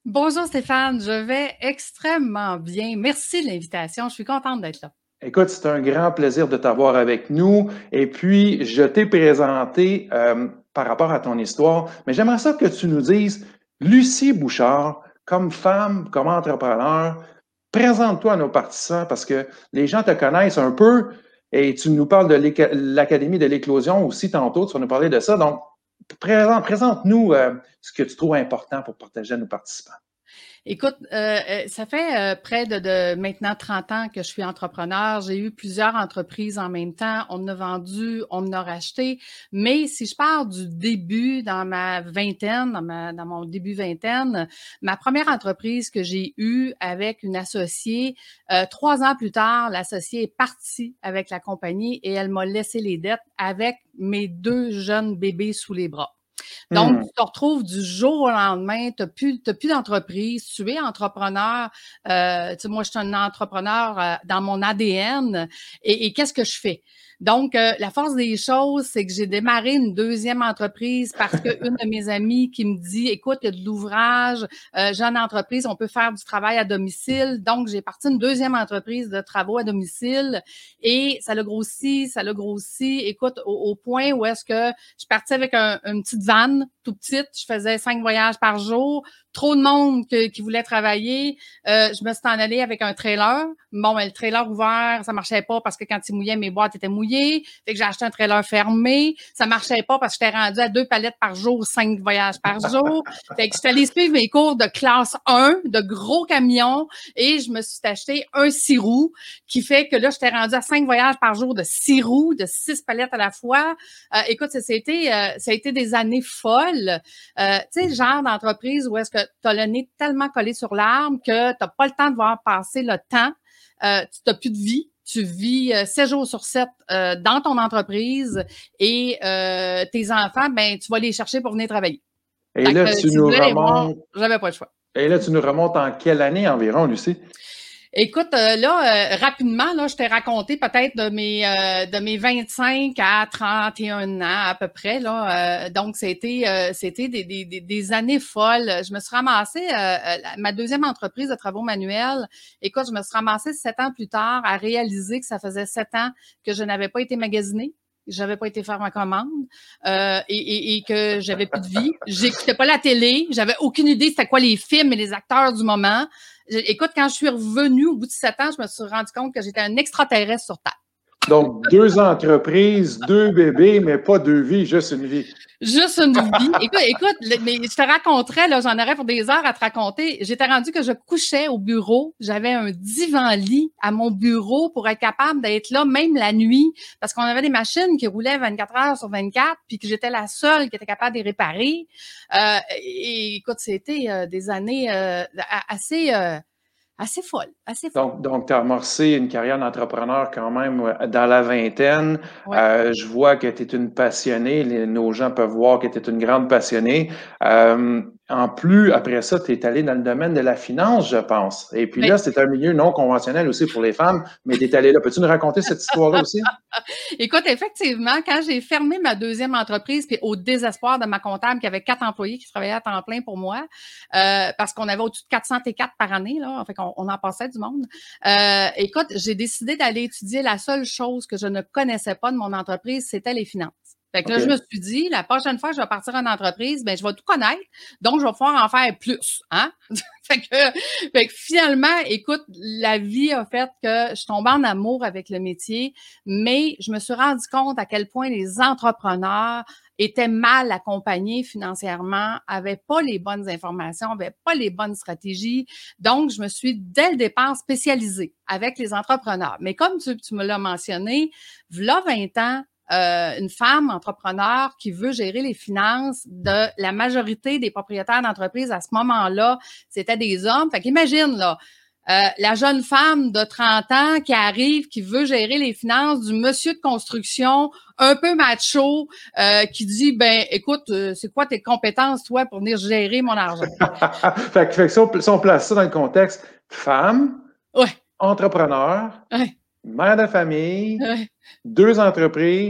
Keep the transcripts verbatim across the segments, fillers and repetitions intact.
Bonjour Stéphane, je vais extrêmement bien. Merci de l'invitation. Je suis contente d'être là. Écoute, c'est un grand plaisir de t'avoir avec nous. Et puis, je t'ai présenté euh, par rapport à ton histoire, mais j'aimerais ça que tu nous dises, Lucie Bouchard, comme femme, comme entrepreneur, présente-toi à nos participants parce que les gens te connaissent un peu et tu nous parles de l'Académie de l'éclosion aussi tantôt, tu vas nous parler de ça. Donc, présente, présente-nous euh, ce que tu trouves important pour partager à nos participants. Écoute, euh, euh, ça fait euh, près de, de maintenant trente ans que je suis entrepreneur. J'ai eu plusieurs entreprises en même temps. On en a vendu, on en a racheté. Mais si je pars du début, dans ma vingtaine, dans, ma, dans mon début vingtaine, ma première entreprise que j'ai eue avec une associée, euh, trois ans plus tard, l'associée est partie avec la compagnie et elle m'a laissé les dettes avec mes deux jeunes bébés sous les bras. Donc, Hmm. tu te retrouves du jour au lendemain, tu n'as plus, t'as plus d'entreprise, tu es entrepreneur. Euh, tu sais, moi, je suis un entrepreneur euh, dans mon A D N. Et, et qu'est-ce que je fais? Donc, euh, la force des choses, c'est que j'ai démarré une deuxième entreprise parce qu'une de mes amies qui me dit, écoute, il y a de l'ouvrage, euh, jeune entreprise, on peut faire du travail à domicile. Donc, j'ai parti une deuxième entreprise de travaux à domicile et ça l'a grossi, ça l'a grossi. Écoute, au, au point où est-ce que je partais avec un, une petite vanne tout petite, je faisais cinq voyages par jour, trop de monde que, qui voulait travailler. Euh, je me suis en allée avec un trailer. Bon, mais le trailer ouvert, ça marchait pas parce que quand il mouillait, mes boîtes étaient mouillées. Fait que j'ai acheté un trailer fermé. Ça marchait pas parce que j'étais rendue à deux palettes par jour, cinq voyages par jour. Fait que j'étais allée suivre mes cours de classe un, de gros camions, et je me suis acheté un six roues qui fait que là, j'étais rendue à cinq voyages par jour de six roues, de six palettes à la fois. Euh, écoute, ça, ça, a été, euh, ça a été des années folles. Euh, tu sais, le genre d'entreprise où est-ce que tu as le nez tellement collé sur l'arbre que tu n'as pas le temps de voir passer le temps. Euh, tu n'as plus de vie. Tu vis euh, sept jours sur sept euh, dans ton entreprise et euh, tes enfants, ben tu vas les chercher pour venir travailler. Et Fait là, que tu si je nous voulais les voir, remontes. j'avais pas le choix. Et là, tu nous remontes en quelle année environ, Lucie? Écoute, euh, là, euh, rapidement, là, je t'ai raconté peut-être de mes euh, de mes vingt-cinq à trente et un ans à peu près. Là, euh, donc c'était euh, c'était des, des, des années folles. Je me suis ramassée euh, ma deuxième entreprise de travaux manuels. Écoute, je me suis ramassée sept ans plus tard à réaliser que ça faisait sept ans que je n'avais pas été magasinée. J'avais pas été faire ma commande euh, et, et, et que j'avais plus de vie. J'écoutais pas la télé. J'avais aucune idée c'était quoi les films et les acteurs du moment. Écoute, quand je suis revenue au bout de sept ans, je me suis rendu compte que j'étais un extraterrestre sur Terre. Donc, deux entreprises, deux bébés, mais pas deux vies, juste une vie. Juste une vie. Écoute, écoute, mais je te raconterais, là, j'en aurais pour des heures à te raconter. J'étais rendue que je couchais au bureau. J'avais un divan-lit à mon bureau pour être capable d'être là, même la nuit, parce qu'on avait des machines qui roulaient vingt-quatre heures sur vingt-quatre, puis que j'étais la seule qui était capable de les réparer. Euh, et écoute, c'était euh, des années euh, assez... Euh, Assez folle, assez folle. Donc, donc tu as amorcé une carrière d'entrepreneur quand même dans la vingtaine. Ouais. Euh, je vois que tu es une passionnée. Les, nos gens peuvent voir que tu es une grande passionnée. Euh, en plus, après ça, tu es allé dans le domaine de la finance, je pense. Et puis Mais, là, c'est un milieu non conventionnel aussi pour les femmes, mais tu es allé là. Peux-tu nous raconter cette histoire-là aussi? écoute, effectivement, quand j'ai fermé ma deuxième entreprise, puis au désespoir de ma comptable qui avait quatre employés qui travaillaient à temps plein pour moi, euh, parce qu'on avait au-dessus de quatre cents T quatre par année, là, fait qu'on on en passait du monde. Euh, écoute, j'ai décidé d'aller étudier la seule chose que je ne connaissais pas de mon entreprise, c'était les finances. Fait que là, je OK. me suis dit, la prochaine fois que je vais partir en entreprise, ben, je vais tout connaître, donc je vais pouvoir en faire plus, hein? fait que, fait que finalement, écoute, la vie a fait que je tombe en amour avec le métier, mais je me suis rendu compte à quel point les entrepreneurs étaient mal accompagnés financièrement, avaient pas les bonnes informations, avaient pas les bonnes stratégies. Donc, je me suis dès le départ spécialisée avec les entrepreneurs. Mais comme tu, tu me l'as mentionné, v'là vingt ans, euh, une femme entrepreneur qui veut gérer les finances de la majorité des propriétaires d'entreprises à ce moment-là, c'était des hommes. Fait qu'imagine, là, euh, la jeune femme de trente ans qui arrive, qui veut gérer les finances du monsieur de construction un peu macho, euh, qui dit, ben, écoute, euh, c'est quoi tes compétences, toi, pour venir gérer mon argent? fait que, fait que si, on, si on place ça dans le contexte, femme, Ouais, entrepreneur, ouais, mère de famille, ouais, deux entreprises,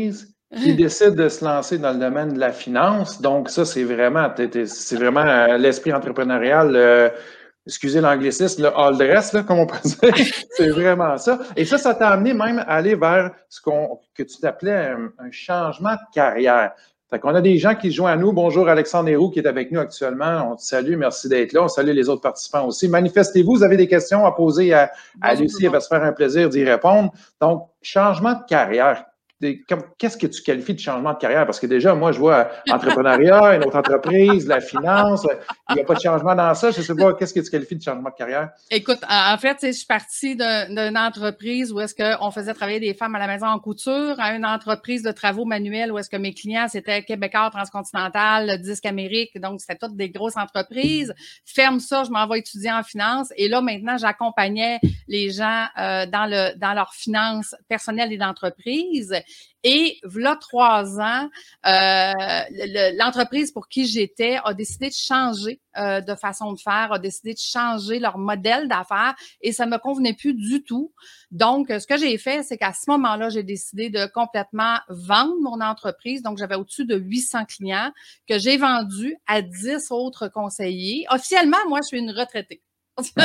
qui décide de se lancer dans le domaine de la finance. Donc, ça, c'est vraiment, c'est vraiment euh, l'esprit entrepreneurial. Euh, excusez l'anglicisme, le all dress, là, comme on peut dire. C'est vraiment ça. Et ça, ça t'a amené même à aller vers ce qu'on, que tu t'appelais un, un changement de carrière. Fait qu'on a des gens qui se joignent à nous. Bonjour Alexandre Héroux qui est avec nous actuellement. On te salue, merci d'être là. On salue les autres participants aussi. Manifestez-vous, vous avez des questions à poser à, à Lucie, elle va se faire un plaisir d'y répondre. Donc, changement de carrière. Qu'est-ce que tu qualifies de changement de carrière? Parce que déjà, moi, je vois entrepreneuriat, une autre entreprise, la finance. Il n'y a pas de changement dans ça. Je ne sais pas, qu'est-ce que tu qualifies de changement de carrière? Écoute, en fait, je suis partie d'une entreprise où est-ce qu'on faisait travailler des femmes à la maison en couture, à une entreprise de travaux manuels où est-ce que mes clients, c'était Québécois, Transcontinental, Disque Amérique. Donc, c'était toutes des grosses entreprises. Ferme ça, je m'en vais étudier en finance. Et là, maintenant, j'accompagnais les gens euh, dans le dans leurs finances personnelles et d'entreprise. Et voilà trois ans, euh, l'entreprise pour qui j'étais a décidé de changer euh, de façon de faire, a décidé de changer leur modèle d'affaires et ça me convenait plus du tout. Donc, ce que j'ai fait, c'est qu'à ce moment-là, j'ai décidé de complètement vendre mon entreprise. Donc, j'avais au-dessus de huit cents clients que j'ai vendus à dix autres conseillers. Officiellement, moi, je suis une retraitée. mais,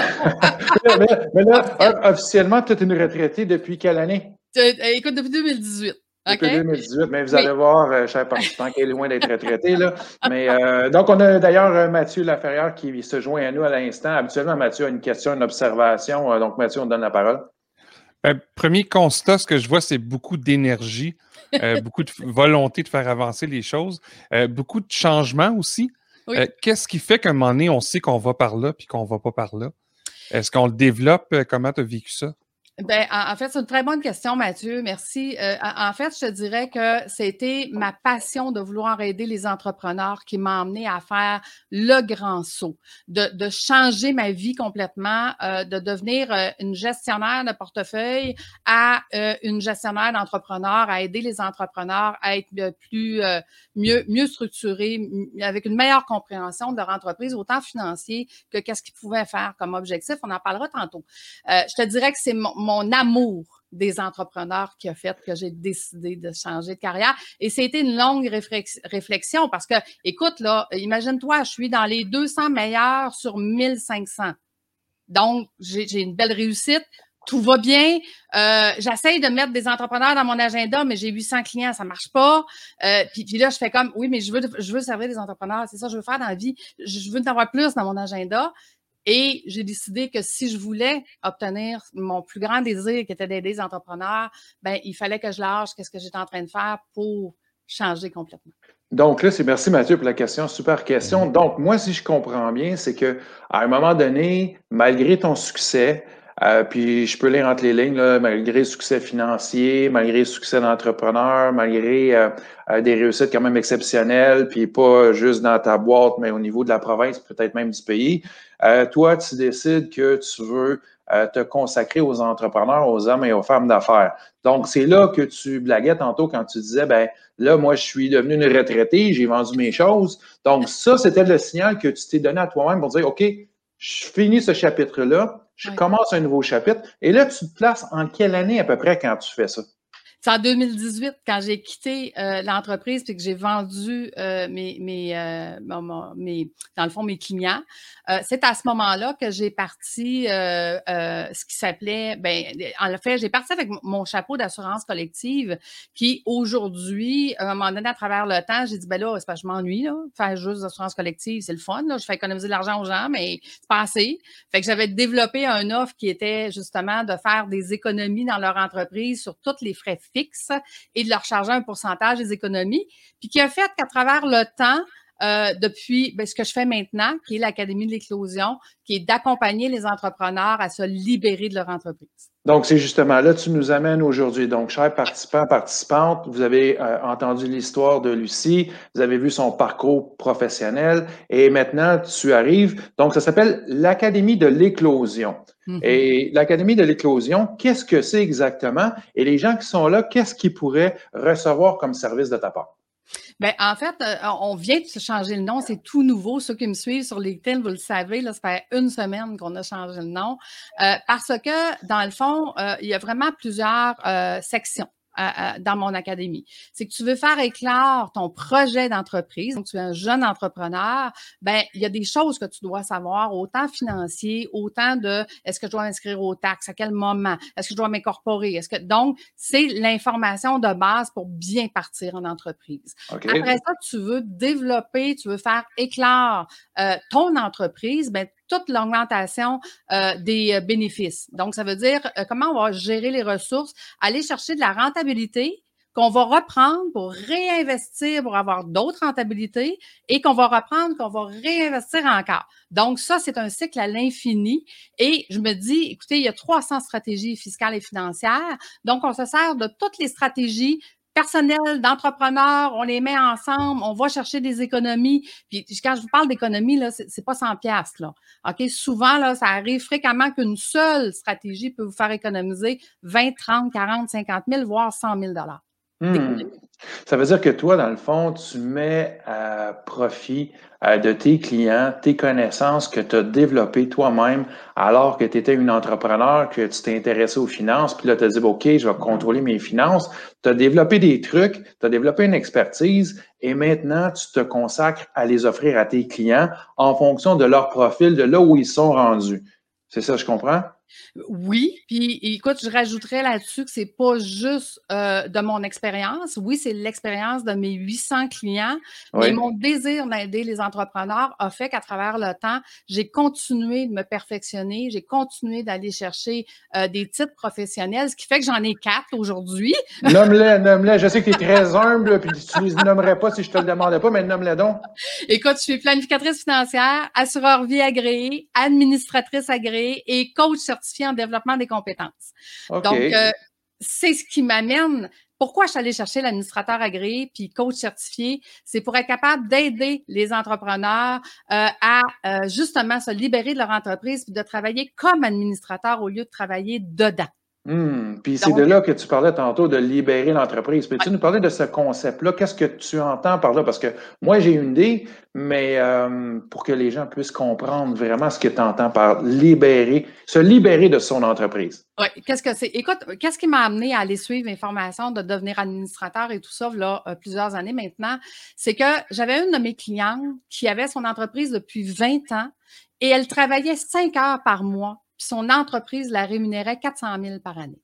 mais là, officiellement, tu es une retraitée depuis quelle année? Écoute, depuis deux mille dix-huit. Depuis okay. deux mille dix-huit, mais vous oui. allez voir, euh, cher participant, qui est loin d'être retraité. Là. Mais euh, donc, on a d'ailleurs Mathieu Laferrière qui se joint à nous à l'instant. Habituellement, Mathieu a une question, une observation. Donc, Mathieu, on te donne la parole. Euh, premier constat, ce que je vois, c'est beaucoup d'énergie, euh, beaucoup de volonté de faire avancer les choses, euh, beaucoup de changements aussi. Oui. Euh, qu'est-ce qui fait qu'à un moment donné, on sait qu'on va par là puis qu'on va pas par là? Est-ce qu'on le développe? Comment tu as vécu ça? Ben, en fait, c'est une très bonne question, Mathieu. Merci. Euh, en fait, je te dirais que c'était ma passion de vouloir aider les entrepreneurs qui m'a amené à faire le grand saut, de, de changer ma vie complètement, euh, de devenir euh, une gestionnaire de portefeuille à euh, une gestionnaire d'entrepreneurs, à aider les entrepreneurs à être plus euh, mieux mieux structurés, avec une meilleure compréhension de leur entreprise, autant financier que qu'est-ce qu'ils pouvaient faire comme objectif. On en parlera tantôt. Euh, je te dirais que c'est mon mon amour des entrepreneurs qui a fait que j'ai décidé de changer de carrière. Et c'était une longue réflexion parce que, écoute, là, imagine-toi, je suis dans les deux cents meilleurs sur mille cinq cents. Donc, j'ai, j'ai une belle réussite. Tout va bien. Euh, j'essaye de mettre des entrepreneurs dans mon agenda, mais j'ai huit cents clients, ça marche pas. Euh, puis, puis là, je fais comme, oui, mais je veux, je veux servir des entrepreneurs. C'est ça que je veux faire dans la vie. Je veux en avoir plus dans mon agenda. Et j'ai décidé que si je voulais obtenir mon plus grand désir, qui était d'aider les entrepreneurs, ben il fallait que je lâche qu'est-ce que j'étais en train de faire pour changer complètement. Donc là, c'est merci Mathieu pour la question, super question. Donc, moi, si je comprends bien, c'est que à un moment donné, malgré ton succès, euh, puis je peux lire entre les lignes, là, malgré le succès financier, malgré le succès d'entrepreneur, malgré euh, euh, des réussites quand même exceptionnelles, puis pas juste dans ta boîte, mais au niveau de la province, peut-être même du pays, euh, toi, tu décides que tu veux euh, te consacrer aux entrepreneurs, aux hommes et aux femmes d'affaires. Donc, c'est là que tu blaguais tantôt quand tu disais, ben là, moi, je suis devenu une retraitée, j'ai vendu mes choses. Donc, ça, c'était le signal que tu t'es donné à toi-même pour dire, OK, je finis ce chapitre-là, je oui. commence un nouveau chapitre. Et là, tu te places en quelle année à peu près quand tu fais ça? C'est en deux mille dix-huit, quand j'ai quitté euh, l'entreprise puis que j'ai vendu euh, mes, mes, euh, mon, mes, dans le fond, mes clients. Euh, c'est à ce moment-là que j'ai parti euh, euh, ce qui s'appelait, ben, en fait, j'ai parti avec mon chapeau d'assurance collective qui, aujourd'hui, à un moment donné, à travers le temps, j'ai dit, ben là, c'est pas, je m'ennuie, là, faire juste d'assurance collective, c'est le fun, là, je fais économiser de l'argent aux gens, mais c'est pas assez. Fait que j'avais développé un offre qui était justement de faire des économies dans leur entreprise sur tous les frais fixe et de leur charger un pourcentage des économies, puis qui a fait qu'à travers le temps, euh, depuis ben, ce que je fais maintenant, qui est l'Académie de l'éclosion, qui est d'accompagner les entrepreneurs à se libérer de leur entreprise. Donc, c'est justement là que tu nous amènes aujourd'hui. Donc, chers participants, participantes, vous avez euh, entendu l'histoire de Lucie, vous avez vu son parcours professionnel et maintenant, tu arrives. Donc, ça s'appelle l'Académie de l'éclosion. Mm-hmm. Et l'Académie de l'éclosion, qu'est-ce que c'est exactement? Et les gens qui sont là, qu'est-ce qu'ils pourraient recevoir comme service de ta part? Bien, en fait, euh, on vient de changer le nom. C'est tout nouveau. Ceux qui me suivent sur LinkedIn, vous le savez, là, ça fait une semaine qu'on a changé le nom. Euh, parce que, dans le fond, euh, il y a vraiment plusieurs euh, sections à, à, dans mon académie. C'est que tu veux faire éclore ton projet d'entreprise. Donc, tu es un jeune entrepreneur. Ben, il y a des choses que tu dois savoir, autant financier, autant de est-ce que je dois m'inscrire aux taxes, à quel moment, est-ce que je dois m'incorporer, est-ce que donc c'est l'information de base pour bien partir en entreprise. Okay. Après ça, tu veux développer, tu veux faire éclore euh, ton entreprise, ben toute l'augmentation euh, des bénéfices. Donc, ça veut dire euh, comment on va gérer les ressources, aller chercher de la rentabilité qu'on va reprendre pour réinvestir pour avoir d'autres rentabilités et qu'on va reprendre, qu'on va réinvestir encore. Donc, ça, c'est un cycle à l'infini. Et je me dis, écoutez, il y a trois cents stratégies fiscales et financières. Donc, on se sert de toutes les stratégies personnel, d'entrepreneurs, on les met ensemble, on va chercher des économies. Puis quand je vous parle d'économie, là, c'est, c'est pas cent piastres, là. OK? Souvent, là, ça arrive fréquemment qu'une seule stratégie peut vous faire économiser vingt, trente, quarante, cinquante mille, voire cent mille dollars. Hmm. Ça veut dire que toi, dans le fond, tu mets à profit euh, de tes clients, tes connaissances que tu as développées toi-même alors que tu étais une entrepreneur, que tu t'es intéressé aux finances, puis là, tu as dit, OK, je vais contrôler mes finances. Tu as développé des trucs, tu as développé une expertise et maintenant, tu te consacres à les offrir à tes clients en fonction de leur profil, de là où ils sont rendus. C'est ça, je comprends? Oui, puis écoute, je rajouterais là-dessus que c'est pas juste euh, de mon expérience. Oui, c'est l'expérience de mes huit cents clients, oui. Mais mon désir d'aider les entrepreneurs a fait qu'à travers le temps, j'ai continué de me perfectionner, j'ai continué d'aller chercher euh, des titres professionnels, ce qui fait que j'en ai quatre aujourd'hui. Nomme-les, nomme-les. Je sais que tu es très humble, puis tu ne les nommerais pas si je te le demandais pas, mais nomme-les donc. Écoute, je suis planificatrice financière, assureur vie agréée, administratrice agréée et coach certifié en développement des compétences. Okay. Donc, euh, c'est ce qui m'amène. Pourquoi je suis allée chercher l'administrateur agréé puis coach certifié? C'est pour être capable d'aider les entrepreneurs euh, à euh, justement se libérer de leur entreprise puis de travailler comme administrateur au lieu de travailler dedans. Hum, puis c'est de là que tu parlais tantôt de libérer l'entreprise. Peux-tu ouais. nous parler de ce concept-là? Qu'est-ce que tu entends par là? Parce que moi, j'ai une idée, mais euh, pour que les gens puissent comprendre vraiment ce que tu entends par libérer, se libérer de son entreprise. Oui, qu'est-ce que c'est? Écoute, qu'est-ce qui m'a amené à aller suivre mes formations, de devenir administrateur et tout ça, là, euh, plusieurs années maintenant? C'est que j'avais une de mes clientes qui avait son entreprise depuis vingt ans et elle travaillait cinq heures par mois. Son entreprise la rémunérait quatre cent mille par année.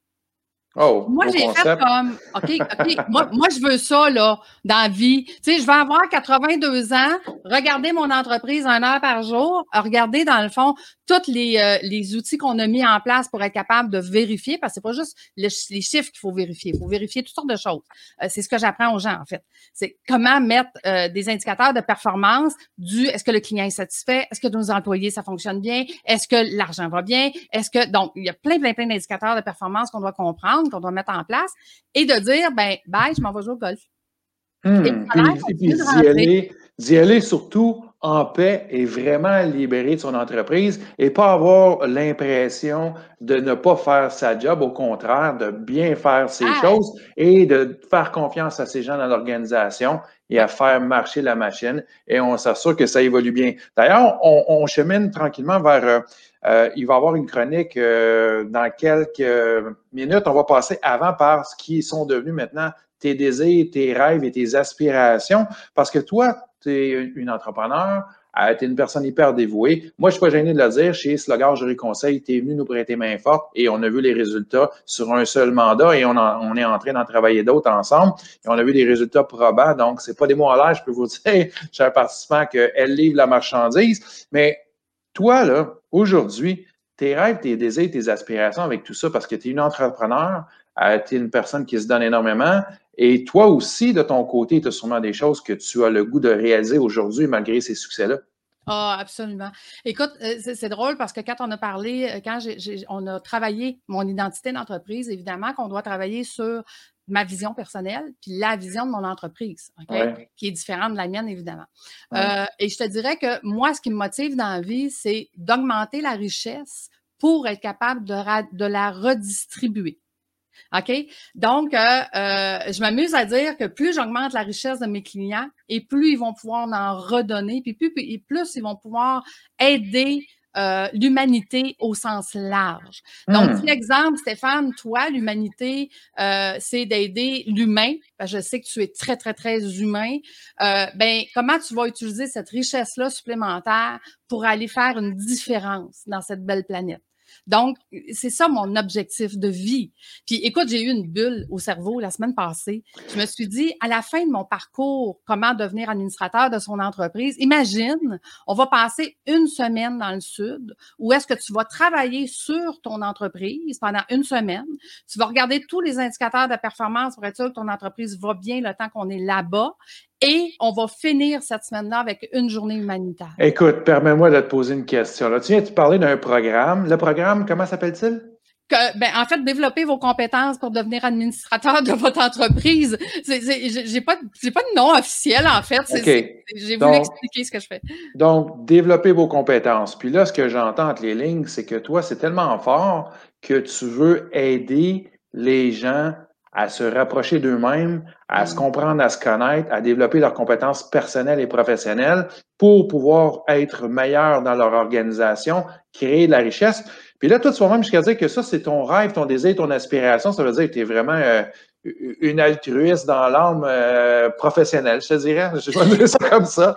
Oh, moi, j'ai concept. fait comme, OK, OK, moi, moi, je veux ça, là, dans la vie. Tu sais, je vais avoir quatre-vingt-deux ans, regarder mon entreprise une heure par jour, regarder, dans le fond, tous les, euh, les outils qu'on a mis en place pour être capable de vérifier, parce que c'est pas juste le, les chiffres qu'il faut vérifier, il faut vérifier toutes sortes de choses. Euh, c'est ce que j'apprends aux gens, en fait. C'est comment mettre euh, des indicateurs de performance du est-ce que le client est satisfait, est-ce que nos employés, ça fonctionne bien, est-ce que l'argent va bien, est-ce que, donc, il y a plein, plein, plein d'indicateurs de performance qu'on doit comprendre, qu'on doit mettre en place, et de dire, ben, bye, je m'en vais jouer au golf. Hum, et puis, et puis d'y aller, d'y aller surtout en paix et vraiment libéré de son entreprise et pas avoir l'impression de ne pas faire sa job, au contraire, de bien faire ses ah. choses et de faire confiance à ces gens dans l'organisation et à faire marcher la machine et on s'assure que ça évolue bien. D'ailleurs, on, on chemine tranquillement vers, euh, euh, il va y avoir une chronique euh, dans quelques minutes. On va passer avant par ce qui sont devenus maintenant tes désirs, tes rêves et tes aspirations parce que toi, tu es une entrepreneur, euh, tu es une personne hyper dévouée. Moi, je ne suis pas gêné de le dire, chez Slogar Jury Conseil, tu es venu nous prêter main forte et on a vu les résultats sur un seul mandat et on, en, on est en train d'en travailler d'autres ensemble et on a vu des résultats probants. Donc, c'est pas des mots en l'air, je peux vous dire, cher participant, qu'elle livre la marchandise. Mais toi, là, aujourd'hui, tes rêves, tes désirs, tes aspirations avec tout ça, parce que tu es une entrepreneur, euh, tu es une personne qui se donne énormément. Et toi aussi, de ton côté, tu as sûrement des choses que tu as le goût de réaliser aujourd'hui malgré ces succès-là. Ah, oh, absolument. Écoute, c'est, c'est drôle parce que quand on a parlé, quand j'ai, j'ai, on a travaillé mon identité d'entreprise, évidemment qu'on doit travailler sur ma vision personnelle puis la vision de mon entreprise, OK? Ouais. Qui est différente de la mienne, évidemment. Ouais. Euh, et je te dirais que moi, ce qui me motive dans la vie, c'est d'augmenter la richesse pour être capable de, ra- de la redistribuer. OK? Donc, euh, euh, je m'amuse à dire que plus j'augmente la richesse de mes clients et plus ils vont pouvoir en redonner, puis plus, et plus ils vont pouvoir aider euh, l'humanité au sens large. Donc, mmh. si l'exemple, Stéphane, toi, l'humanité, euh, c'est d'aider l'humain, parce que je sais que tu es très, très, très humain, euh, ben comment tu vas utiliser cette richesse-là supplémentaire pour aller faire une différence dans cette belle planète? Donc, c'est ça mon objectif de vie. Puis, écoute, j'ai eu une bulle au cerveau la semaine passée. Je me suis dit, à la fin de mon parcours, comment devenir administrateur de son entreprise, imagine, on va passer une semaine dans le sud où est-ce que tu vas travailler sur ton entreprise pendant une semaine. Tu vas regarder tous les indicateurs de performance pour être sûr que ton entreprise va bien le temps qu'on est là-bas. Et on va finir cette semaine-là avec une journée humanitaire. Écoute, permets-moi de te poser une question. Là, tu viens de parler d'un programme. Le programme, comment s'appelle-t-il? Que, ben, en fait, développer vos compétences pour devenir administrateur de votre entreprise. C'est, c'est, j'ai pas, j'ai pas de nom officiel, en fait. C'est, okay. c'est, j'ai voulu donc, expliquer ce que je fais. Donc, développer vos compétences. Puis là, ce que j'entends entre les lignes, c'est que toi, c'est tellement fort que tu veux aider les gens à se rapprocher d'eux-mêmes, à mmh. se comprendre, à se connaître, à développer leurs compétences personnelles et professionnelles pour pouvoir être meilleurs dans leur organisation, créer de la richesse. Puis là, toi, tu vas même jusqu'à dire que ça, c'est ton rêve, ton désir, ton aspiration. Ça veut dire que tu es vraiment euh, une altruiste dans l'âme euh, professionnelle, je te dirais. Je vais dire ça comme ça.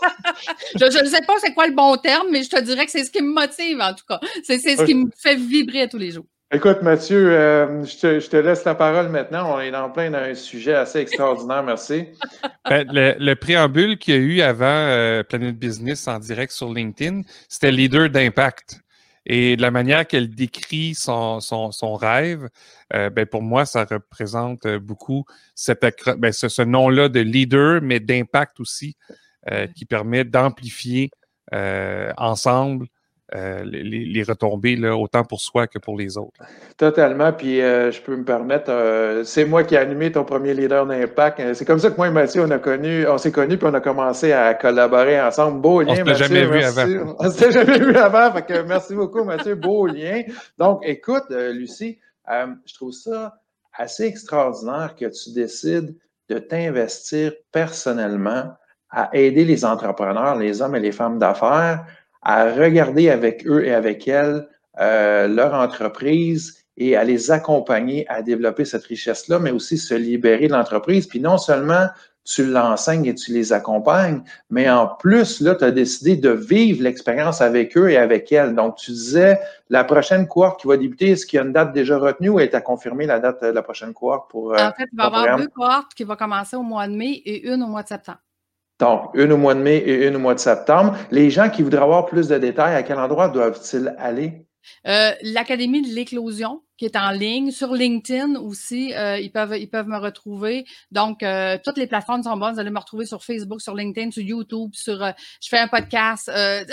je ne sais pas c'est quoi le bon terme, mais je te dirais que c'est ce qui me motive, en tout cas. C'est, c'est ce qui me fait vibrer tous les jours. Écoute, Mathieu, euh, je, te, je te laisse la parole maintenant. On est en plein d'un sujet assez extraordinaire. Merci. Ben, le, le préambule qu'il y a eu avant euh, Planet Business en direct sur LinkedIn, c'était leader d'impact. Et de la manière qu'elle décrit son, son, son rêve, euh, ben pour moi, ça représente beaucoup cette, ben ce, ce nom-là de leader, mais d'impact aussi, euh, qui permet d'amplifier euh, ensemble Euh, les, les retombées, là, autant pour soi que pour les autres. Totalement. Puis, euh, je peux me permettre, euh, c'est moi qui ai animé ton premier leader d'impact. C'est comme ça que moi et Mathieu, on a connu, on s'est connus, puis on a commencé à collaborer ensemble. Beau lien, on Mathieu. jamais merci. Vu avant. On s'était jamais vu avant. Fait que merci beaucoup, Mathieu. Beau lien. Donc, écoute, euh, Lucie, euh, je trouve ça assez extraordinaire que tu décides de t'investir personnellement à aider les entrepreneurs, les hommes et les femmes d'affaires, à regarder avec eux et avec elles euh, leur entreprise et à les accompagner à développer cette richesse-là, mais aussi se libérer de l'entreprise. Puis non seulement tu l'enseignes et tu les accompagnes, mais en plus, là, tu as décidé de vivre l'expérience avec eux et avec elles. Donc, tu disais, la prochaine cohorte qui va débuter, est-ce qu'il y a une date déjà retenue ou est-ce confirmé la date de la prochaine cohorte pour... Euh, en fait, il va y avoir deux cohortes qui vont commencer au mois de mai et une au mois de septembre. Donc, une au mois de mai et une au mois de septembre. Les gens qui voudraient avoir plus de détails, à quel endroit doivent-ils aller? Euh, L'Académie de l'éclosion, qui est en ligne. Sur LinkedIn aussi, euh, ils peuvent ils peuvent me retrouver. Donc, euh, toutes les plateformes sont bonnes. Vous allez me retrouver sur Facebook, sur LinkedIn, sur YouTube, sur... Euh, je fais un podcast. Euh,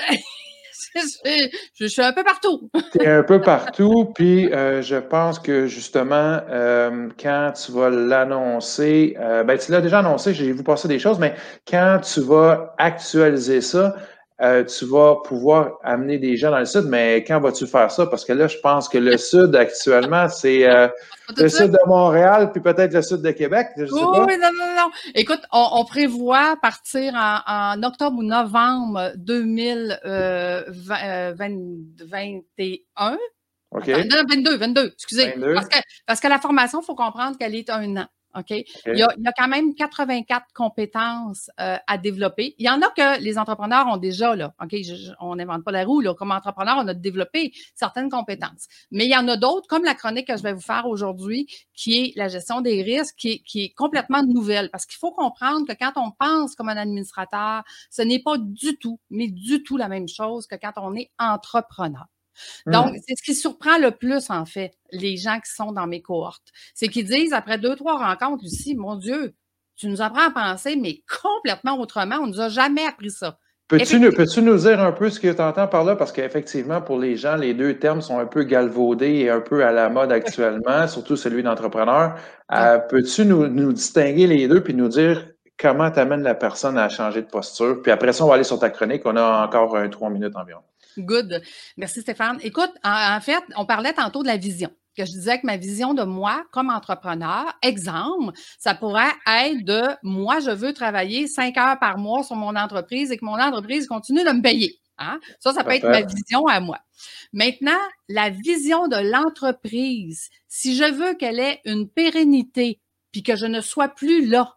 je, je suis un peu partout. Tu es un peu partout, puis euh, je pense que justement, euh, quand tu vas l'annoncer, euh, ben tu l'as déjà annoncé, j'ai vu passer des choses, mais quand tu vas actualiser ça, euh, tu vas pouvoir amener des gens dans le Sud, mais quand vas-tu faire ça? Parce que là, je pense que le Sud, actuellement, c'est euh, le Sud de Montréal, puis peut-être le Sud de Québec, je sais oui, pas. Oui, non, non, non. Écoute, on, on prévoit partir en, en octobre ou novembre deux mille vingt, vingt et un. OK. Attends, non, vingt-deux, vingt-deux, excusez. vingt-deux. Parce que, parce que la formation, il faut comprendre qu'elle est un an. OK? Okay. Il, y a, il y a quand même quatre-vingt-quatre compétences euh, à développer. Il y en a que les entrepreneurs ont déjà, là. OK? Je, je, on n'invente pas la roue, là. Comme entrepreneur, on a développé certaines compétences. Mais il y en a d'autres, comme la chronique que je vais vous faire aujourd'hui, qui est la gestion des risques, qui est, qui est complètement nouvelle. Parce qu'il faut comprendre que quand on pense comme un administrateur, ce n'est pas du tout, mais du tout la même chose que quand on est entrepreneur. Donc, c'est ce qui surprend le plus, en fait, les gens qui sont dans mes cohortes. C'est qu'ils disent, après deux, trois rencontres, Lucie, mon Dieu, tu nous apprends à penser, mais complètement autrement. On nous a jamais appris ça. Peux-tu nous, peux-tu nous dire un peu ce que tu entends par là? Parce qu'effectivement, pour les gens, les deux termes sont un peu galvaudés et un peu à la mode actuellement, surtout celui d'entrepreneur. Euh, peux-tu nous, nous distinguer les deux puis nous dire comment tu amènes la personne à changer de posture? Puis après ça, on va aller sur ta chronique. On a encore un, trois minutes environ. Good. Merci Stéphane. Écoute, en, en fait, on parlait tantôt de la vision, que je disais que ma vision de moi comme entrepreneur, exemple, ça pourrait être de moi, je veux travailler cinq heures par mois sur mon entreprise et que mon entreprise continue de me payer. Hein? Ça, ça peut être ma vision à moi. Maintenant, la vision de l'entreprise, si je veux qu'elle ait une pérennité puis que je ne sois plus là,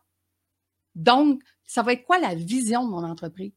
donc, ça va être quoi la vision de mon entreprise?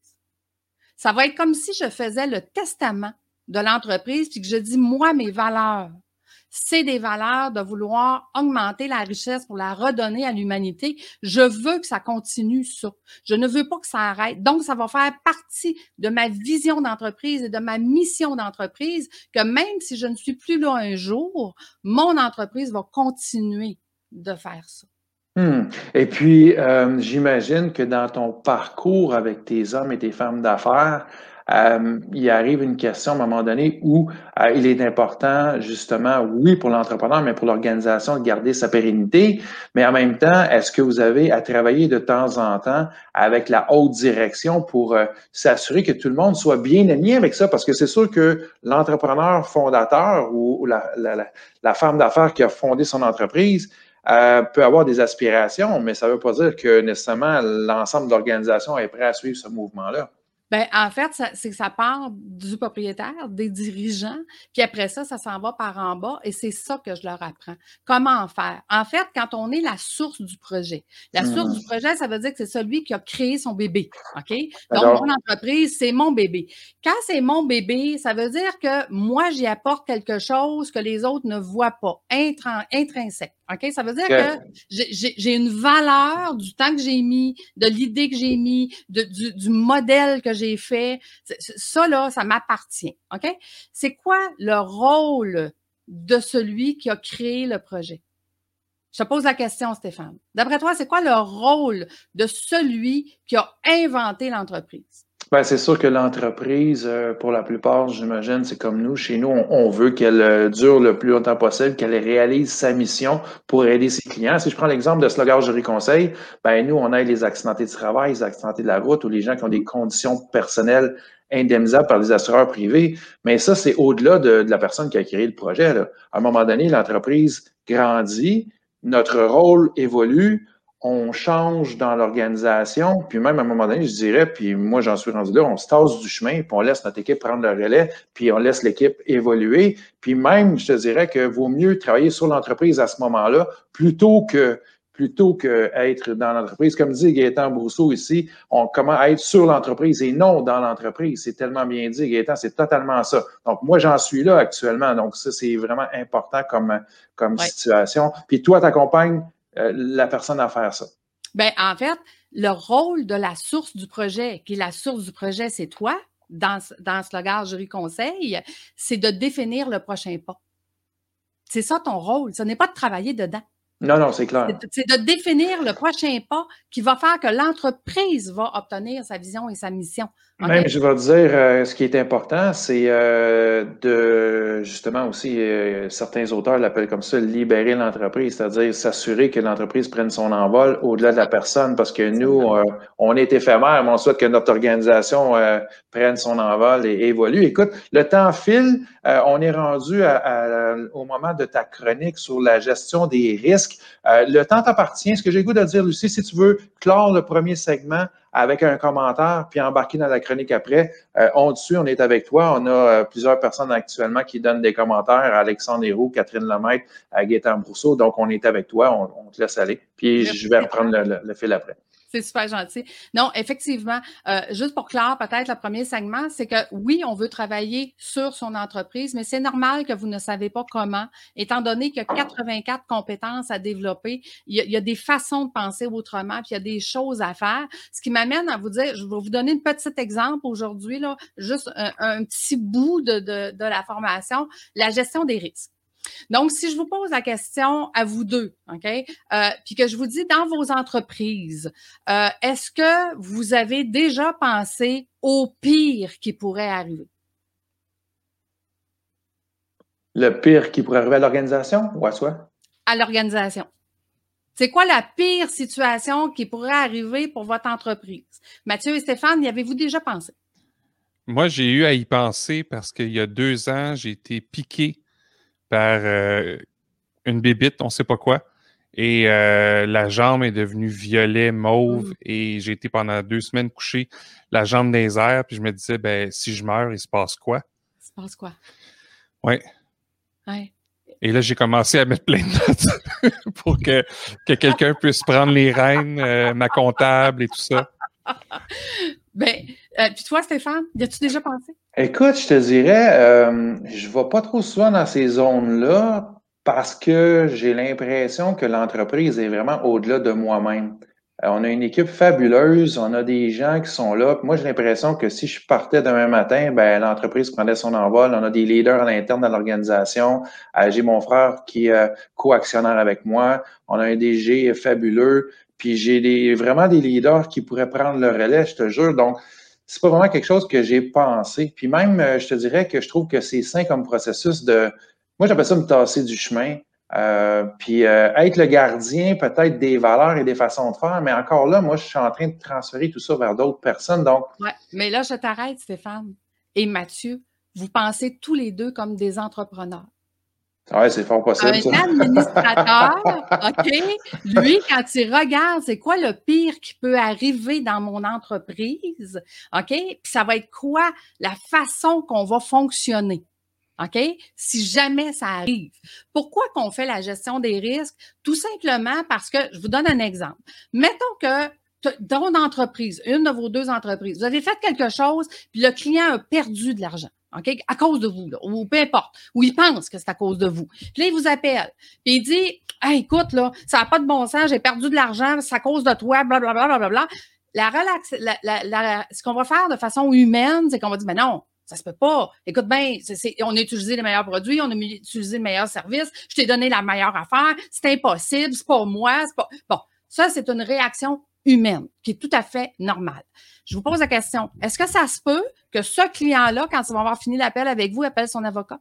Ça va être comme si je faisais le testament de l'entreprise puis que je dis, moi, mes valeurs, c'est des valeurs de vouloir augmenter la richesse pour la redonner à l'humanité. Je veux que ça continue ça. Je ne veux pas que ça arrête. Donc, ça va faire partie de ma vision d'entreprise et de ma mission d'entreprise que même si je ne suis plus là un jour, mon entreprise va continuer de faire ça. Hum. Et puis, euh, j'imagine que dans ton parcours avec tes hommes et tes femmes d'affaires, euh, il arrive une question à un moment donné où euh, il est important, justement, oui, pour l'entrepreneur, mais pour l'organisation de garder sa pérennité. Mais en même temps, est-ce que vous avez à travailler de temps en temps avec la haute direction pour euh, s'assurer que tout le monde soit bien aligné avec ça? Parce que c'est sûr que l'entrepreneur fondateur ou, ou la, la, la, la femme d'affaires qui a fondé son entreprise, Euh, peut avoir des aspirations, mais ça ne veut pas dire que nécessairement l'ensemble de l'organisation est prêt à suivre ce mouvement-là. Bien, en fait, c'est que ça part du propriétaire, des dirigeants, puis après ça, ça s'en va par en bas et c'est ça que je leur apprends. Comment faire? En fait, quand on est la source du projet, la mmh. source du projet, ça veut dire que c'est celui qui a créé son bébé, OK? Donc, Alors, mon entreprise, c'est mon bébé. Quand c'est mon bébé, ça veut dire que moi, j'y apporte quelque chose que les autres ne voient pas, intrinsèque. OK? Ça veut dire okay. que j'ai une valeur du temps que j'ai mis, de l'idée que j'ai mis, de, du, du modèle que j'ai fait. Ça, là, ça m'appartient. OK? C'est quoi le rôle de celui qui a créé le projet? Je te pose la question, Stéphane. D'après toi, c'est quoi le rôle de celui qui a inventé l'entreprise? Ben, c'est sûr que l'entreprise, euh, pour la plupart, j'imagine, c'est comme nous. Chez nous, on, on veut qu'elle euh, dure le plus longtemps possible, qu'elle réalise sa mission pour aider ses clients. Si je prends l'exemple de Slogagerie Conseil, ben nous, on aide les accidentés de travail, les accidentés de la route ou les gens qui ont des conditions personnelles indemnisables par des assureurs privés. Mais ça, c'est au-delà de, de la personne qui a créé le projet, là. À un moment donné, l'entreprise grandit, notre rôle évolue. On change dans l'organisation, puis même à un moment donné, je dirais, puis moi j'en suis rendu là, on se tasse du chemin, puis on laisse notre équipe prendre le relais, puis on laisse l'équipe évoluer. Puis même, je te dirais que vaut mieux travailler sur l'entreprise à ce moment-là, plutôt que plutôt qu'être dans l'entreprise. Comme dit Gaétan Brousseau ici, on comment être sur l'entreprise et non dans l'entreprise. C'est tellement bien dit, Gaétan, c'est totalement ça. Donc, moi, j'en suis là actuellement. Donc, ça, c'est vraiment important comme, comme ouais. situation. Puis toi, t'accompagnes Euh, la personne à faire ça? Bien, en fait, le rôle de la source du projet, qui est la source du projet, c'est toi, dans, dans Slogagerie Conseil, c'est de définir le prochain pas. C'est ça ton rôle. Ce n'est pas de travailler dedans. Non, non, c'est clair. C'est de définir le prochain pas qui va faire que l'entreprise va obtenir sa vision et sa mission. Okay? Même, je vais te dire, euh, ce qui est important, c'est euh, de, justement aussi, euh, certains auteurs l'appellent comme ça, libérer l'entreprise, c'est-à-dire s'assurer que l'entreprise prenne son envol au-delà de la personne, parce que nous, euh, on est éphémère, mais on souhaite que notre organisation euh, prenne son envol et, et évolue. Écoute, le temps file, euh, on est rendu à, à, au moment de ta chronique sur la gestion des risques. Euh, le temps t'appartient. Ce que j'ai le goût de dire, Lucie, si tu veux clore le premier segment avec un commentaire, puis embarquer dans la chronique après, euh, on te suit, on est avec toi. On a euh, plusieurs personnes actuellement qui donnent des commentaires. Alexandre Héroux, Catherine Lemaitre, euh, Gaétan Brousseau. Donc, on est avec toi. On, on te laisse aller. Puis, Merci. Je vais reprendre le, le, le fil après. C'est super gentil. Non, effectivement, euh, juste pour clore peut-être le premier segment, c'est que oui, on veut travailler sur son entreprise, mais c'est normal que vous ne savez pas comment, étant donné qu'il y a quatre-vingt-quatre compétences à développer, il y a, il y a des façons de penser autrement, puis il y a des choses à faire. Ce qui m'amène à vous dire, je vais vous donner un petit exemple aujourd'hui, là, juste un, un petit bout de, de, de la formation, la gestion des risques. Donc, si je vous pose la question à vous deux, OK, euh, puis que je vous dis dans vos entreprises, euh, est-ce que vous avez déjà pensé au pire qui pourrait arriver? Le pire qui pourrait arriver à l'organisation ou à soi? À l'organisation. C'est quoi la pire situation qui pourrait arriver pour votre entreprise? Mathieu et Stéphane, y avez-vous déjà pensé? Moi, j'ai eu à y penser parce qu'il y a deux ans, j'ai été piqué par euh, une bébite, on ne sait pas quoi. Et euh, la jambe est devenue violet, mauve, Mm. et j'ai été pendant deux semaines couché la jambe dans les airs, puis je me disais, ben si je meurs, il se passe quoi? Il se passe quoi? Oui. Ouais. Et là, j'ai commencé à mettre plein de notes pour que, que quelqu'un puisse prendre les rênes, euh, ma comptable et tout ça. Ben, euh, puis toi, Stéphane, y as-tu déjà pensé? Écoute, je te dirais, euh, je vais pas trop souvent dans ces zones-là parce que j'ai l'impression que l'entreprise est vraiment au-delà de moi-même. Euh, on a une équipe fabuleuse, on a des gens qui sont là. Puis moi, j'ai l'impression que si je partais demain matin, ben l'entreprise prenait son envol. On a des leaders à l'interne de l'organisation. Euh, j'ai mon frère qui est euh, co-actionnaire avec moi. On a un D G fabuleux. Puis j'ai des, vraiment des leaders qui pourraient prendre le relais, je te jure. Donc, c'est pas vraiment quelque chose que j'ai pensé. Puis même, euh, je te dirais que je trouve que c'est sain comme processus de, moi j'appelle ça me tasser du chemin, euh, puis euh, être le gardien peut-être des valeurs et des façons de faire, mais encore là, moi je suis en train de transférer tout ça vers d'autres personnes. Donc, Ouais, mais là, je t'arrête, Stéphane et Mathieu. Vous pensez tous les deux comme des entrepreneurs. ouais, c'est fort possible, Un ça. administrateur, OK, lui, quand il regarde, c'est quoi le pire qui peut arriver dans mon entreprise, OK, puis ça va être quoi la façon qu'on va fonctionner, OK, si jamais ça arrive. Pourquoi qu'on fait la gestion des risques? Tout simplement parce que, je vous donne un exemple. Mettons que dans une entreprise, une de vos deux entreprises, vous avez fait quelque chose, puis le client a perdu de l'argent. OK? À cause de vous, là, ou peu importe, ou il pense que c'est à cause de vous. Puis là, il vous appelle, puis il dit hey, écoute, là, ça n'a pas de bon sens, j'ai perdu de l'argent, c'est à cause de toi, blablabla, blablabla. La relax, la, la, la, ce qu'on va faire de façon humaine, c'est qu'on va dire, mais non, ça se peut pas. Écoute bien, on a utilisé les meilleurs produits, on a utilisé le meilleur service, je t'ai donné la meilleure affaire, c'est impossible, c'est pas moi, c'est pas. Bon, ça, c'est une réaction humaine, qui est tout à fait normale. Je vous pose la question, est-ce que ça se peut que ce client-là, quand il va avoir fini l'appel avec vous, appelle son avocat?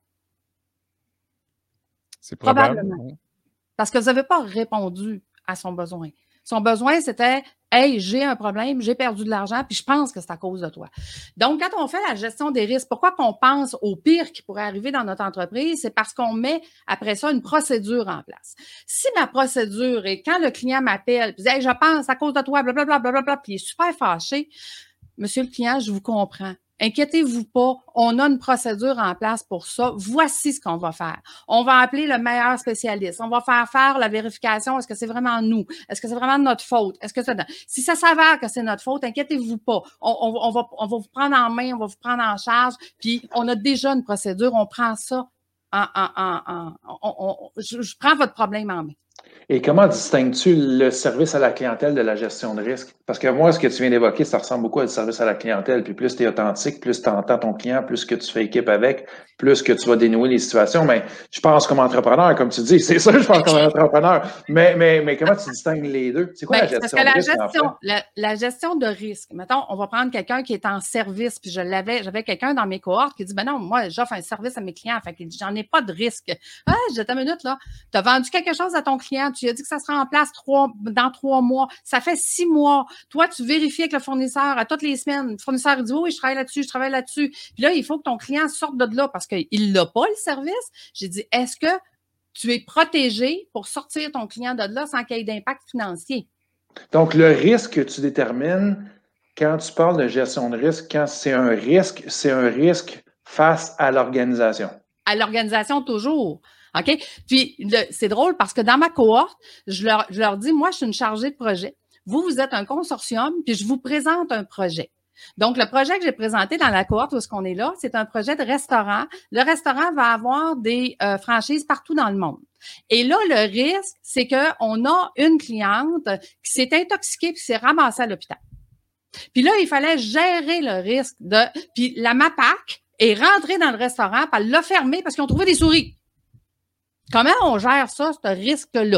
C'est probable. Probablement. Parce que vous n'avez pas répondu à son besoin. Son besoin, c'était « Hey, j'ai un problème, j'ai perdu de l'argent, puis je pense que c'est à cause de toi. » Donc, quand on fait la gestion des risques, pourquoi qu'on pense au pire qui pourrait arriver dans notre entreprise? C'est parce qu'on met, après ça, une procédure en place. Si ma procédure est quand le client m'appelle, puis dit « Hey, je pense à cause de toi, blablabla, blablabla », puis il est super fâché, « Monsieur le client, je vous comprends. Inquiétez-vous pas, on a une procédure en place pour ça. Voici ce qu'on va faire. On va appeler le meilleur spécialiste. On va faire faire la vérification. Est-ce que c'est vraiment nous? Est-ce que c'est vraiment notre faute? Est-ce que c'est... Si ça s'avère que c'est notre faute, inquiétez-vous pas. On, on, on, va, on va vous prendre en main, on va vous prendre en charge. Puis, on a déjà une procédure. On prend ça en... en, en, en on, on, je, je prends votre problème en main. Et comment distingues-tu le service à la clientèle de la gestion de risque? Parce que moi, ce que tu viens d'évoquer, ça ressemble beaucoup à du service à la clientèle. Puis plus tu es authentique, plus tu entends ton client, plus que tu fais équipe avec, plus que tu vas dénouer les situations. Mais je pense comme entrepreneur, comme tu dis, c'est ça, je pense comme entrepreneur. Mais, mais, mais comment tu distingues les deux? C'est quoi ben, la gestion parce que la de risque? Gestion, en fait? la, la gestion de risque, mettons, on va prendre quelqu'un qui est en service, puis je l'avais, j'avais quelqu'un dans mes cohortes qui dit, ben non, moi, j'offre un service à mes clients, fait que j'en ai pas de risque. Ah, j'ai ta minute, là. Tu as vendu quelque chose à ton client, tu lui as dit que ça sera en place trois, dans trois mois. Ça fait six mois. Toi, tu vérifies avec le fournisseur à toutes les semaines. Le fournisseur dit, oui, je travaille là-dessus, je travaille là-dessus. Puis là, il faut que ton client sorte de là parce qu'il l'a pas, le service. J'ai dit, est-ce que tu es protégé pour sortir ton client de là sans qu'il y ait d'impact financier? Donc, le risque que tu détermines, quand tu parles de gestion de risque, quand c'est un risque, c'est un risque face à l'organisation. À l'organisation, toujours. OK? Puis, c'est drôle parce que dans ma cohorte, je leur, je leur dis, moi, je suis une chargée de projet. Vous, vous êtes un consortium, puis je vous présente un projet. Donc, le projet que j'ai présenté dans la cohorte où est-ce qu'on est là, c'est un projet de restaurant. Le restaurant va avoir des euh, franchises partout dans le monde. Et là, le risque, c'est qu'on a une cliente qui s'est intoxiquée puis s'est ramassée à l'hôpital. Puis là, il fallait gérer le risque de... Puis la MAPAC est rentrée dans le restaurant, puis elle l'a fermé parce qu'ils ont trouvé des souris. Comment on gère ça, ce risque-là?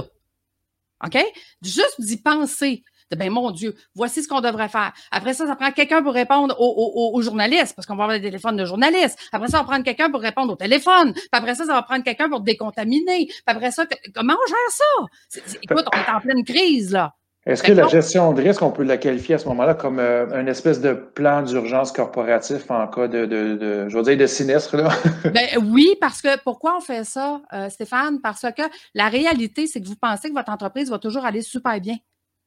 OK? Juste d'y penser. Ben mon Dieu, voici ce qu'on devrait faire. Après ça, ça prend quelqu'un pour répondre aux, aux, aux journalistes, parce qu'on va avoir des téléphones de journalistes. Après ça, on va prendre quelqu'un pour répondre au téléphone. Puis après ça, ça va prendre quelqu'un pour décontaminer. Puis après ça, comment on gère ça? C'est, c'est, écoute, on est en pleine crise, là. Est-ce que la gestion de risque, on peut la qualifier à ce moment-là comme euh, une espèce de plan d'urgence corporatif en cas de, de, de je veux dire, de sinistre, là? Ben, oui, parce que pourquoi on fait ça, euh, Stéphane? Parce que la réalité, c'est que vous pensez que votre entreprise va toujours aller super bien.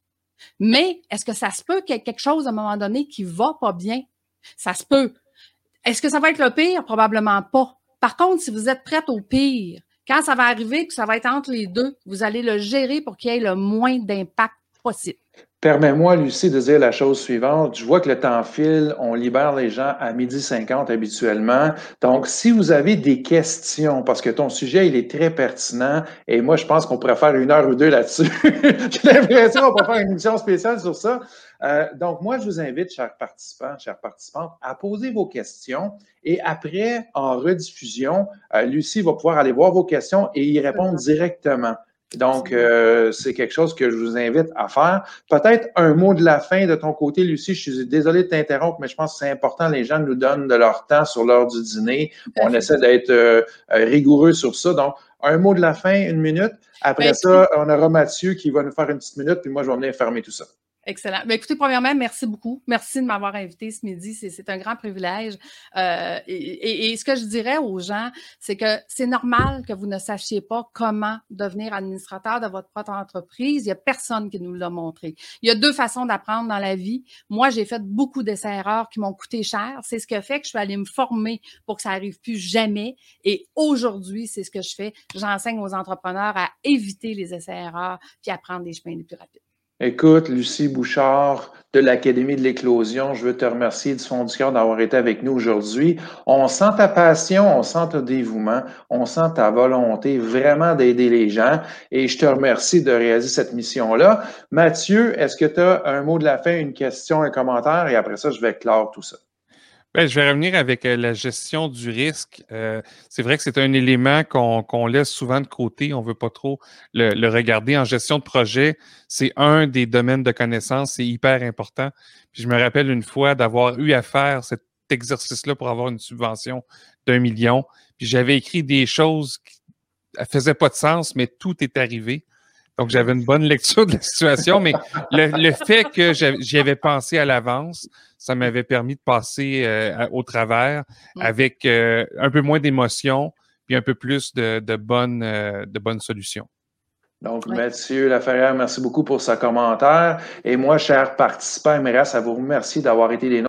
Mais est-ce que ça se peut qu'il y ait quelque chose à un moment donné qui va pas bien? Ça se peut. Est-ce que ça va être le pire? Probablement pas. Par contre, si vous êtes prête au pire, quand ça va arriver, que ça va être entre les deux, vous allez le gérer pour qu'il y ait le moins d'impact possible. Permets-moi, Lucie, de dire la chose suivante. Je vois que le temps file. On libère les gens à midi cinquante habituellement. Donc, si vous avez des questions, parce que ton sujet, il est très pertinent, et moi, je pense qu'on pourrait faire une heure ou deux là-dessus. J'ai l'impression qu'on pourrait faire une émission spéciale sur ça. Euh, donc, moi, je vous invite, chers participants, chères participantes, à poser vos questions. Et après, en rediffusion, euh, Lucie va pouvoir aller voir vos questions et y répondre directement. Donc, euh, c'est quelque chose que je vous invite à faire. Peut-être un mot de la fin de ton côté, Lucie. Je suis désolé de t'interrompre, mais je pense que c'est important. Les gens nous donnent de leur temps sur l'heure du dîner. On essaie d'être euh, rigoureux sur ça. Donc, un mot de la fin, une minute. Après ben, ça, on aura Mathieu qui va nous faire une petite minute, puis moi, je vais venir fermer tout ça. Excellent. Bien, écoutez, premièrement, merci beaucoup. Merci de m'avoir invité ce midi. C'est un grand privilège. Euh, et, et, et ce que je dirais aux gens, c'est que c'est normal que vous ne sachiez pas comment devenir administrateur de votre propre entreprise. Il n'y a personne qui nous l'a montré. Il y a deux façons d'apprendre dans la vie. Moi, j'ai fait beaucoup d'essais-erreurs qui m'ont coûté cher. C'est ce qui a fait que je suis allée me former pour que ça n'arrive plus jamais. Et aujourd'hui, c'est ce que je fais. J'enseigne aux entrepreneurs à éviter les essais-erreurs puis à prendre des chemins les plus rapides. Écoute, Lucie Bouchard de l'Académie de l'Éclosion, je veux te remercier du fond du cœur d'avoir été avec nous aujourd'hui. On sent ta passion, on sent ton dévouement, on sent ta volonté vraiment d'aider les gens et je te remercie de réaliser cette mission-là. Mathieu, est-ce que tu as un mot de la fin, une question, un commentaire et après ça, je vais clore tout ça. Bien, je vais revenir avec euh, la gestion du risque. Euh, c'est vrai que c'est un élément qu'on qu'on laisse souvent de côté. On veut pas trop le, le regarder. En gestion de projet, c'est un des domaines de connaissances. C'est hyper important. Puis je me rappelle une fois d'avoir eu à faire cet exercice-là pour avoir une subvention d'un million. Puis j'avais écrit des choses qui ne faisaient pas de sens, mais tout est arrivé. Donc, j'avais une bonne lecture de la situation, mais le, le fait que j'y avais pensé à l'avance, ça m'avait permis de passer euh, au travers avec euh, un peu moins d'émotion puis un peu plus de, de, bonnes, euh, de bonnes solutions. Donc, oui. Mathieu Laferrière, merci beaucoup pour ce commentaire. Et moi, chers participants, j'aimerais à vous remercier d'avoir été des